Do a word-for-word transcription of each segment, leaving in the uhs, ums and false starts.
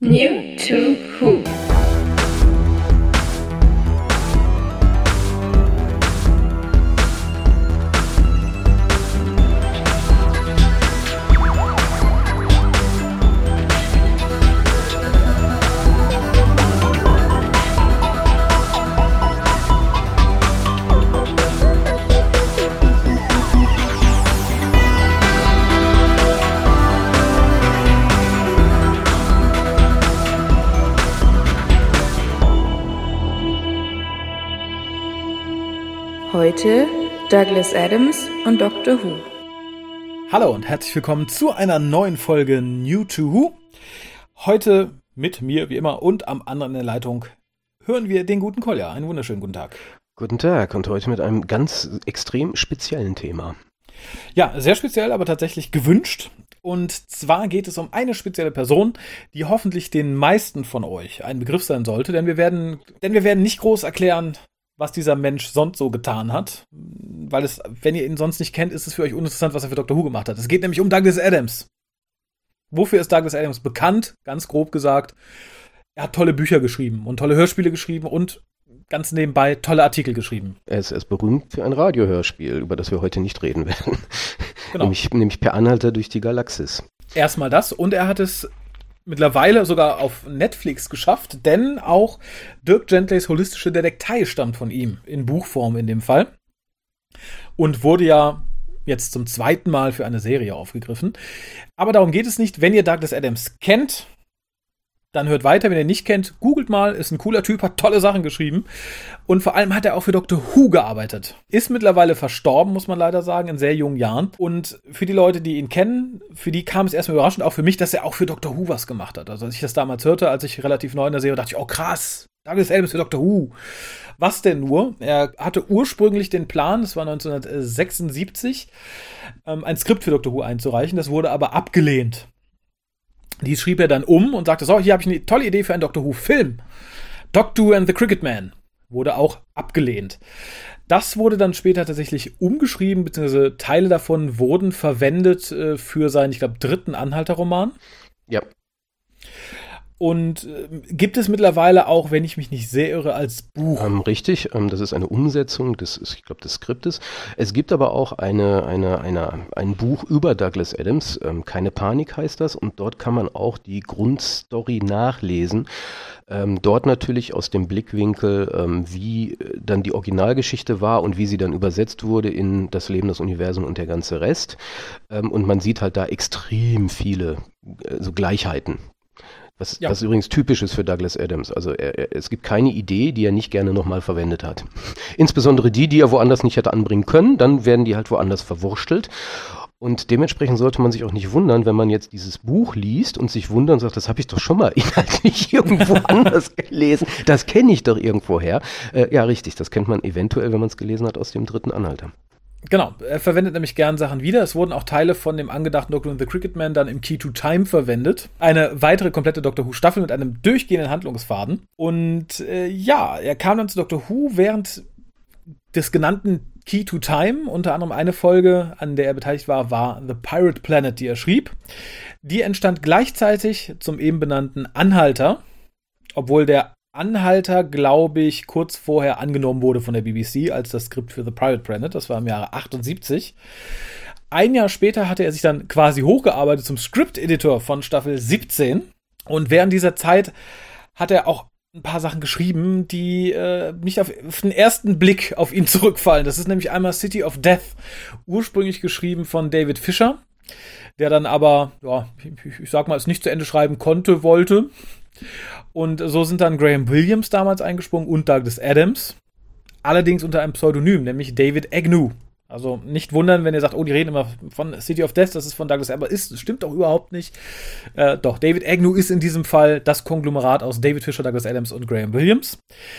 New to Who. Heute Douglas Adams und Doctor Who. Hallo und herzlich willkommen zu einer neuen Folge New to Who. Heute mit mir, wie immer, und am anderen in der Leitung hören wir den guten Kolja. Einen wunderschönen guten Tag. Guten Tag und heute mit einem ganz extrem speziellen Thema. Ja, sehr speziell, aber tatsächlich gewünscht. Und zwar geht es um eine spezielle Person, die hoffentlich den meisten von euch ein Begriff sein sollte, denn wir werden, denn wir werden nicht groß erklären, was dieser Mensch sonst so getan hat, weil es, wenn ihr ihn sonst nicht kennt, ist es für euch uninteressant, was er für Doctor Who gemacht hat. Es geht nämlich um Douglas Adams. Wofür ist Douglas Adams bekannt? Ganz grob gesagt, er hat tolle Bücher geschrieben und tolle Hörspiele geschrieben und ganz nebenbei tolle Artikel geschrieben. Er ist, er ist berühmt für ein Radiohörspiel, über das wir heute nicht reden werden. Genau. nämlich, nämlich Per Anhalter durch die Galaxis. Erstmal das, und er hat es mittlerweile sogar auf Netflix geschafft, denn auch Dirk Gently's holistische Detektei stammt von ihm, in Buchform in dem Fall. Und wurde ja jetzt zum zweiten Mal für eine Serie aufgegriffen. Aber darum geht es nicht. Wenn ihr Douglas Adams kennt, dann hört weiter. Wenn ihr ihn nicht kennt, googelt mal. Ist ein cooler Typ, hat tolle Sachen geschrieben. Und vor allem hat er auch für Doctor Who gearbeitet. Ist mittlerweile verstorben, muss man leider sagen, in sehr jungen Jahren. Und für die Leute, die ihn kennen, für die kam es erstmal überraschend, auch für mich, dass er auch für Doctor Who was gemacht hat. Also als ich das damals hörte, als ich relativ neu in der Serie, dachte ich, oh krass, Douglas Adams für Doctor Who. Was denn nur? Er hatte ursprünglich den Plan, das war neunzehnhundertsechsundsiebzig, ein Skript für Doctor Who einzureichen. Das wurde aber abgelehnt. Die schrieb er dann um und sagte, so, hier habe ich eine tolle Idee für einen Doctor Who-Film. Doctor Who and the Cricket Man. Wurde auch abgelehnt. Das wurde dann später tatsächlich umgeschrieben, beziehungsweise Teile davon wurden verwendet äh, für seinen, ich glaube, dritten Anhalter-Roman. Ja. Und äh, gibt es mittlerweile auch, wenn ich mich nicht sehr irre, als Buch. Ähm, richtig, ähm, das ist eine Umsetzung des, ich glaube, des Skriptes. Es gibt aber auch eine, eine, eine, ein Buch über Douglas Adams, ähm, Keine Panik heißt das, und dort kann man auch die Grundstory nachlesen. Ähm, dort natürlich aus dem Blickwinkel, ähm, wie dann die Originalgeschichte war und wie sie dann übersetzt wurde in das Leben, das Universum und der ganze Rest. Ähm, und man sieht halt da extrem viele äh, so Gleichheiten. Was, ja. was übrigens typisch ist für Douglas Adams. Also er, er, es gibt keine Idee, die er nicht gerne nochmal verwendet hat. Insbesondere die, die er woanders nicht hätte anbringen können, dann werden die halt woanders verwurstelt. Und dementsprechend sollte man sich auch nicht wundern, wenn man jetzt dieses Buch liest und sich wundert und sagt, das habe ich doch schon mal inhaltlich irgendwo anders gelesen. Das kenne ich doch irgendwoher. Äh, ja, richtig, das kennt man eventuell, wenn man es gelesen hat, aus dem dritten Anhalter. Genau, er verwendet nämlich gern Sachen wieder. Es wurden auch Teile von dem angedachten Doctor Who and the Cricket Man dann im Key to Time verwendet. Eine weitere komplette Doctor Who Staffel mit einem durchgehenden Handlungsfaden. Und äh, ja, er kam dann zu Doctor Who während des genannten Key to Time. Unter anderem eine Folge, an der er beteiligt war, war The Pirate Planet, die er schrieb. Die entstand gleichzeitig zum eben benannten Anhalter, obwohl der Anhalter, glaube ich, kurz vorher angenommen wurde von der B B C als das Skript für The Pirate Planet. Das war im Jahre achtundsiebzig. Ein Jahr später hatte er sich dann quasi hochgearbeitet zum Script-Editor von Staffel siebzehn. Und während dieser Zeit hat er auch ein paar Sachen geschrieben, die äh, nicht auf, auf den ersten Blick auf ihn zurückfallen. Das ist nämlich einmal City of Death, ursprünglich geschrieben von David Fisher, der dann aber, ja, ich, ich sag mal, es nicht zu Ende schreiben konnte, wollte. Und so sind dann Graham Williams damals eingesprungen und Douglas Adams. Allerdings unter einem Pseudonym, nämlich David Agnew. Also nicht wundern, wenn ihr sagt, oh, die reden immer von City of Death, das ist von Douglas Adams. Aber ist, das stimmt doch überhaupt nicht. Äh, doch, David Agnew ist in diesem Fall das Konglomerat aus David Fisher, Douglas Adams und Graham Williams.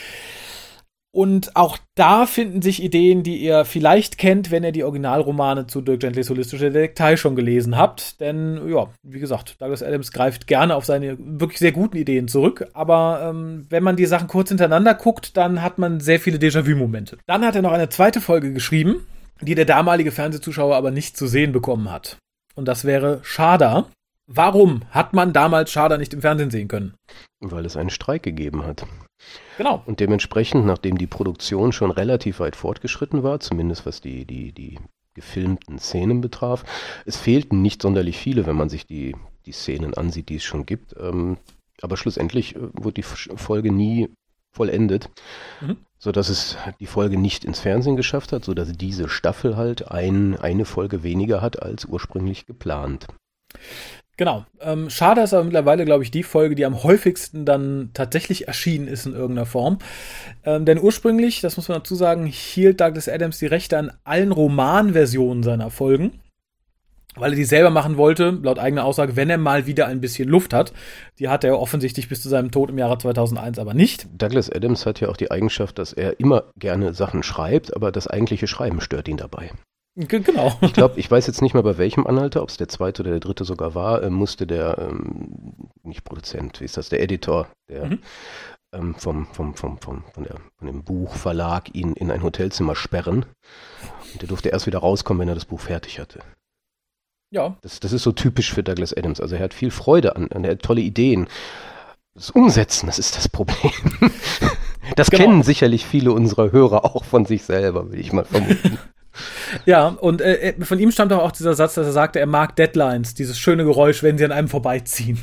Und auch da finden sich Ideen, die ihr vielleicht kennt, wenn ihr die Originalromane zu Dirk Gently's holistische Detektei schon gelesen habt. Denn, ja, wie gesagt, Douglas Adams greift gerne auf seine wirklich sehr guten Ideen zurück. Aber ähm, wenn man die Sachen kurz hintereinander guckt, dann hat man sehr viele Déjà-vu-Momente. Dann hat er noch eine zweite Folge geschrieben, die der damalige Fernsehzuschauer aber nicht zu sehen bekommen hat. Und das wäre Shada. Warum hat man damals Shada nicht im Fernsehen sehen können? Weil es einen Streik gegeben hat. Genau. Und dementsprechend, nachdem die Produktion schon relativ weit fortgeschritten war, zumindest was die, die, die gefilmten Szenen betraf, es fehlten nicht sonderlich viele, wenn man sich die, die Szenen ansieht, die es schon gibt. Ähm, aber schlussendlich wurde die Folge nie vollendet, mhm. sodass es die Folge nicht ins Fernsehen geschafft hat, sodass diese Staffel halt ein, eine Folge weniger hat als ursprünglich geplant. Genau. Ähm, Shada ist aber mittlerweile, glaube ich, die Folge, die am häufigsten dann tatsächlich erschienen ist in irgendeiner Form. Ähm, denn ursprünglich, das muss man dazu sagen, hielt Douglas Adams die Rechte an allen Romanversionen seiner Folgen, weil er die selber machen wollte, laut eigener Aussage, wenn er mal wieder ein bisschen Luft hat. Die hatte er offensichtlich bis zu seinem Tod im Jahre zweitausendeins aber nicht. Douglas Adams hat ja auch die Eigenschaft, dass er immer gerne Sachen schreibt, aber das eigentliche Schreiben stört ihn dabei. G- genau. Ich glaube, ich weiß jetzt nicht mehr bei welchem Anhalter, ob es der zweite oder der dritte sogar war, äh, musste der, ähm, nicht Produzent, wie ist das, der Editor, der mhm. ähm, vom, vom, vom, vom, von, der, von dem Buchverlag ihn in ein Hotelzimmer sperren. Und der durfte erst wieder rauskommen, wenn er das Buch fertig hatte. Ja. Das, das ist so typisch für Douglas Adams. Also er hat viel Freude an, an er hat tolle Ideen. Das Umsetzen, das ist das Problem. Das genau. kennen sicherlich viele unserer Hörer auch von sich selber, will ich mal vermuten. Ja, und äh, von ihm stammt auch dieser Satz, dass er sagte, er mag Deadlines, dieses schöne Geräusch, wenn sie an einem vorbeiziehen.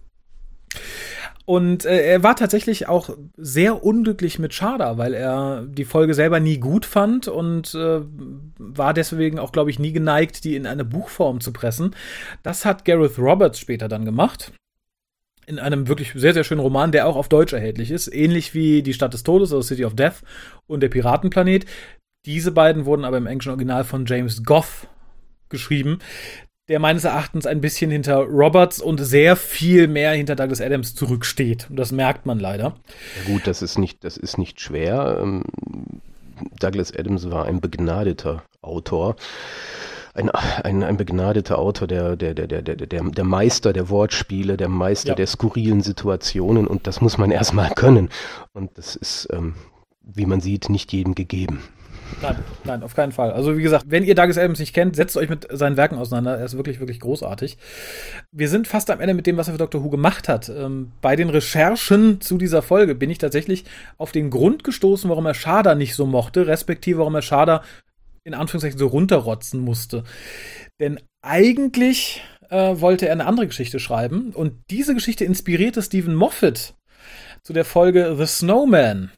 Und äh, er war tatsächlich auch sehr unglücklich mit Shada, weil er die Folge selber nie gut fand und äh, war deswegen auch, glaube ich, nie geneigt, die in eine Buchform zu pressen. Das hat Gareth Roberts später dann gemacht. In einem wirklich sehr, sehr schönen Roman, der auch auf Deutsch erhältlich ist. Ähnlich wie Die Stadt des Todes, also City of Death und Der Piratenplanet. Diese beiden wurden aber im englischen Original von James Goff geschrieben, der meines Erachtens ein bisschen hinter Roberts und sehr viel mehr hinter Douglas Adams zurücksteht. Und das merkt man leider. Ja gut, das ist nicht, das ist nicht schwer. Ähm, Douglas Adams war ein begnadeter Autor. Ein, ein, ein begnadeter Autor, der, der, der, der, der, der Meister der Wortspiele, der Meister ja. der skurrilen Situationen. Und das muss man erstmal können. Und das ist, ähm, wie man sieht, nicht jedem gegeben. Nein, nein, auf keinen Fall. Also wie gesagt, wenn ihr Douglas Adams nicht kennt, setzt euch mit seinen Werken auseinander. Er ist wirklich, wirklich großartig. Wir sind fast am Ende mit dem, was er für Doctor Who gemacht hat. Ähm, bei den Recherchen zu dieser Folge bin ich tatsächlich auf den Grund gestoßen, warum er Shada nicht so mochte, respektive warum er Shada in Anführungszeichen so runterrotzen musste. Denn eigentlich äh, wollte er eine andere Geschichte schreiben und diese Geschichte inspirierte Stephen Moffat zu der Folge The Snowman.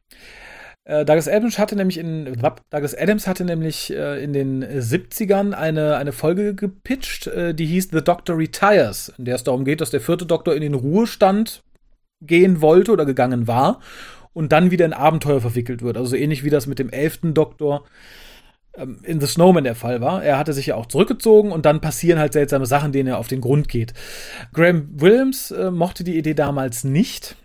Douglas Adams hatte nämlich in Douglas Adams hatte nämlich äh, in den siebzigern eine, eine Folge gepitcht, äh, die hieß The Doctor Retires, in der es darum geht, dass der vierte Doktor in den Ruhestand gehen wollte oder gegangen war und dann wieder in Abenteuer verwickelt wird. Also so ähnlich wie das mit dem elften Doktor ähm, in The Snowman der Fall war. Er hatte sich ja auch zurückgezogen und dann passieren halt seltsame Sachen, denen er auf den Grund geht. Graham Williams äh, mochte die Idee damals nicht.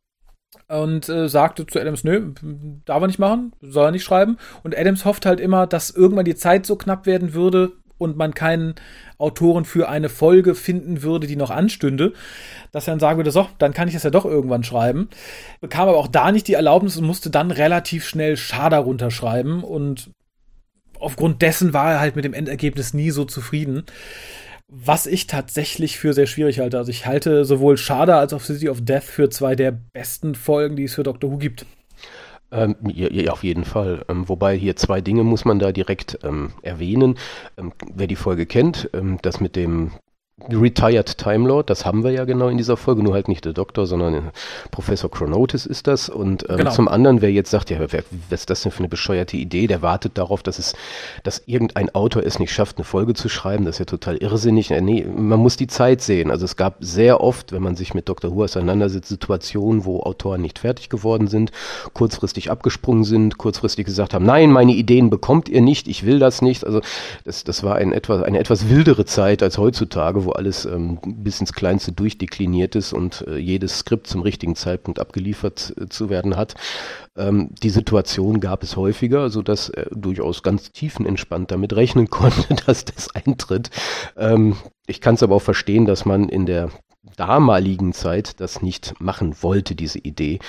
Und äh, sagte zu Adams, nö, darf er nicht machen, soll er nicht schreiben. Und Adams hofft halt immer, dass irgendwann die Zeit so knapp werden würde und man keinen Autoren für eine Folge finden würde, die noch anstünde, dass er dann sagen würde, so, dann kann ich das ja doch irgendwann schreiben. Bekam aber auch da nicht die Erlaubnis und musste dann relativ schnell Shada runterschreiben. Und aufgrund dessen war er halt mit dem Endergebnis nie so zufrieden. Was ich tatsächlich für sehr schwierig halte. Also ich halte sowohl Shada als auch City of Death für zwei der besten Folgen, die es für Doctor Who gibt. Ähm, ja, ja, auf jeden Fall. Ähm, wobei hier zwei Dinge muss man da direkt ähm, erwähnen. Ähm, wer die Folge kennt, ähm, das mit dem Retired Time Lord, das haben wir ja genau in dieser Folge, nur halt nicht der Doktor, sondern Professor Chronotis ist das. Und ähm, genau. Zum anderen, wer jetzt sagt, ja, wer, was ist das denn für eine bescheuerte Idee, der wartet darauf, dass es, dass irgendein Autor es nicht schafft, eine Folge zu schreiben, das ist ja total irrsinnig. Nee, man muss die Zeit sehen. Also es gab sehr oft, wenn man sich mit Doctor Who auseinandersetzt, Situationen, wo Autoren nicht fertig geworden sind, kurzfristig abgesprungen sind, kurzfristig gesagt haben, nein, meine Ideen bekommt ihr nicht, ich will das nicht. Also das, das war ein etwas, eine etwas wildere Zeit als heutzutage, wo alles ähm, bis ins Kleinste durchdekliniert ist und äh, jedes Skript zum richtigen Zeitpunkt abgeliefert äh, zu werden hat. Ähm, die Situation gab es häufiger, sodass er durchaus ganz tiefenentspannt damit rechnen konnte, dass das eintritt. Ähm, ich kann es aber auch verstehen, dass man in der damaligen Zeit das nicht machen wollte, diese Idee.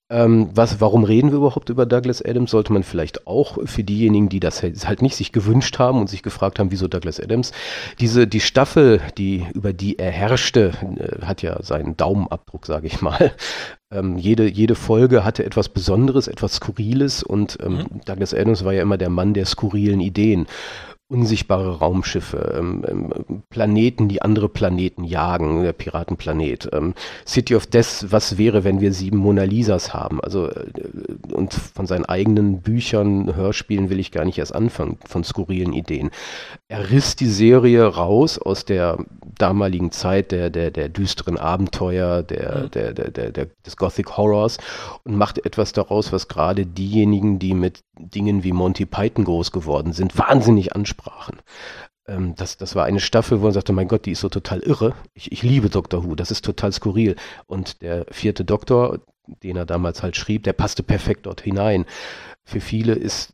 Ähm, was, warum reden wir überhaupt über Douglas Adams? Sollte man vielleicht auch für diejenigen, die das halt nicht sich gewünscht haben und sich gefragt haben, wieso Douglas Adams? Diese, die Staffel, die, über die er herrschte, äh, hat ja seinen Daumenabdruck, sage ich mal. Ähm, jede, jede Folge hatte etwas Besonderes, etwas Skurriles und ähm, mhm. Douglas Adams war ja immer der Mann der skurrilen Ideen. Unsichtbare Raumschiffe, ähm, ähm, Planeten, die andere Planeten jagen, der Piratenplanet, ähm, City of Death, was wäre, wenn wir sieben Mona Lisas haben, also äh, und von seinen eigenen Büchern, Hörspielen will ich gar nicht erst anfangen, von skurrilen Ideen. Er riss die Serie raus aus der damaligen Zeit der, der, der düsteren Abenteuer, der, mhm. der, der, der, der, des Gothic Horrors und machte etwas daraus, was gerade diejenigen, die mit Dingen wie Monty Python groß geworden sind, wahnsinnig ansprachen. Ähm, das, das war eine Staffel, wo man sagte, mein Gott, die ist so total irre. Ich, ich liebe Doctor Who, das ist total skurril. Und der vierte Doktor, den er damals halt schrieb, der passte perfekt dort hinein. Für viele ist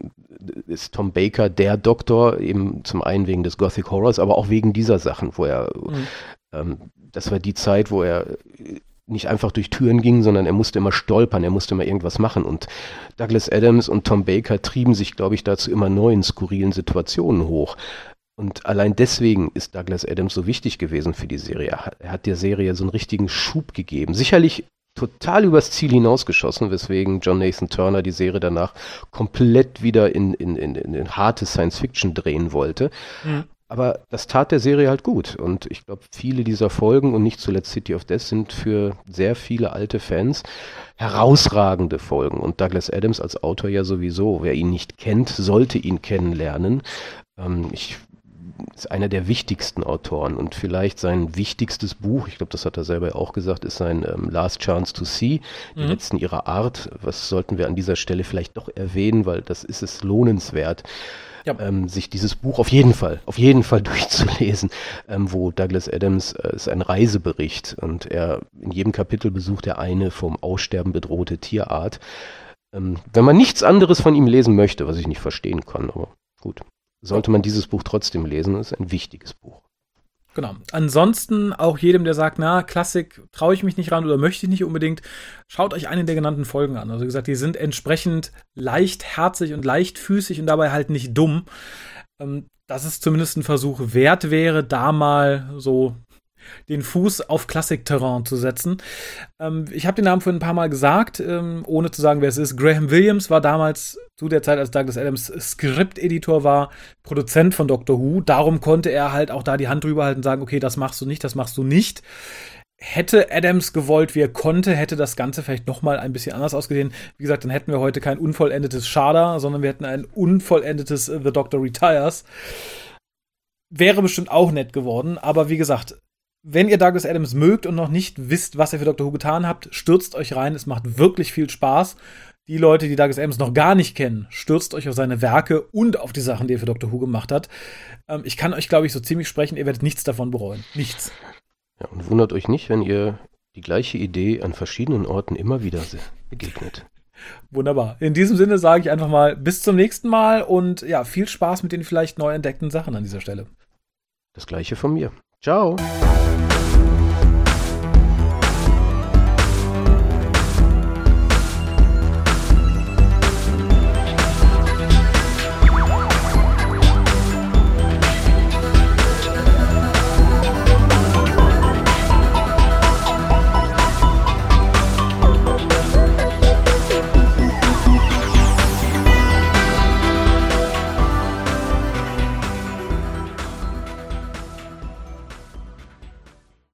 ist Tom Baker der Doktor, eben zum einen wegen des Gothic Horrors, aber auch wegen dieser Sachen, wo er, mhm. ähm, das war die Zeit, wo er nicht einfach durch Türen ging, sondern er musste immer stolpern, er musste immer irgendwas machen und Douglas Adams und Tom Baker trieben sich, glaube ich, dazu immer neuen, skurrilen Situationen hoch. Und allein deswegen ist Douglas Adams so wichtig gewesen für die Serie. Er hat der Serie so einen richtigen Schub gegeben. Sicherlich total übers Ziel hinausgeschossen, weswegen John Nathan Turner die Serie danach komplett wieder in, in, in, in harte Science-Fiction drehen wollte. Mhm. Aber das tat der Serie halt gut. Und ich glaube, viele dieser Folgen und nicht zuletzt City of Death sind für sehr viele alte Fans herausragende Folgen. Und Douglas Adams als Autor ja sowieso. Wer ihn nicht kennt, sollte ihn kennenlernen. Ähm, ich ist einer der wichtigsten Autoren und vielleicht sein wichtigstes Buch, ich glaube, das hat er selber auch gesagt, ist sein ähm, Last Chance to See, die mhm. letzten ihrer Art. Was sollten wir an dieser Stelle vielleicht doch erwähnen, weil das ist es lohnenswert, ja. ähm, sich dieses Buch auf jeden Fall, auf jeden Fall durchzulesen, ähm, wo Douglas Adams äh, ist ein Reisebericht und er in jedem Kapitel besucht er eine vom Aussterben bedrohte Tierart. Ähm, wenn man nichts anderes von ihm lesen möchte, was ich nicht verstehen kann, aber gut. Sollte man dieses Buch trotzdem lesen, das ist ein wichtiges Buch. Genau. Ansonsten auch jedem, der sagt, na, Klassik traue ich mich nicht ran oder möchte ich nicht unbedingt, schaut euch eine der genannten Folgen an. Also wie gesagt, die sind entsprechend leichtherzig und leichtfüßig und dabei halt nicht dumm. Ähm, dass es zumindest ein Versuch wert wäre, da mal so den Fuß auf Klassikterrain zu setzen. Ähm, ich habe den Namen vorhin ein paar Mal gesagt, ähm, ohne zu sagen, wer es ist. Graham Williams war damals, zu der Zeit, als Douglas Adams Skripteditor war, Produzent von Doctor Who. Darum konnte er halt auch da die Hand drüber halten und sagen, okay, das machst du nicht, das machst du nicht. Hätte Adams gewollt, wie er konnte, hätte das Ganze vielleicht noch mal ein bisschen anders ausgesehen. Wie gesagt, dann hätten wir heute kein unvollendetes Shada, sondern wir hätten ein unvollendetes The Doctor Retires. Wäre bestimmt auch nett geworden, aber wie gesagt, wenn ihr Douglas Adams mögt und noch nicht wisst, was ihr für Doctor Who getan habt, stürzt euch rein. Es macht wirklich viel Spaß. Die Leute, die Douglas Adams noch gar nicht kennen, stürzt euch auf seine Werke und auf die Sachen, die er für Doctor Who gemacht hat. Ähm, ich kann euch, glaube ich, so ziemlich sprechen, ihr werdet nichts davon bereuen. Nichts. Ja, und wundert euch nicht, wenn ihr die gleiche Idee an verschiedenen Orten immer wieder begegnet. Wunderbar. In diesem Sinne sage ich einfach mal bis zum nächsten Mal und ja, viel Spaß mit den vielleicht neu entdeckten Sachen an dieser Stelle. Das Gleiche von mir. Ciao.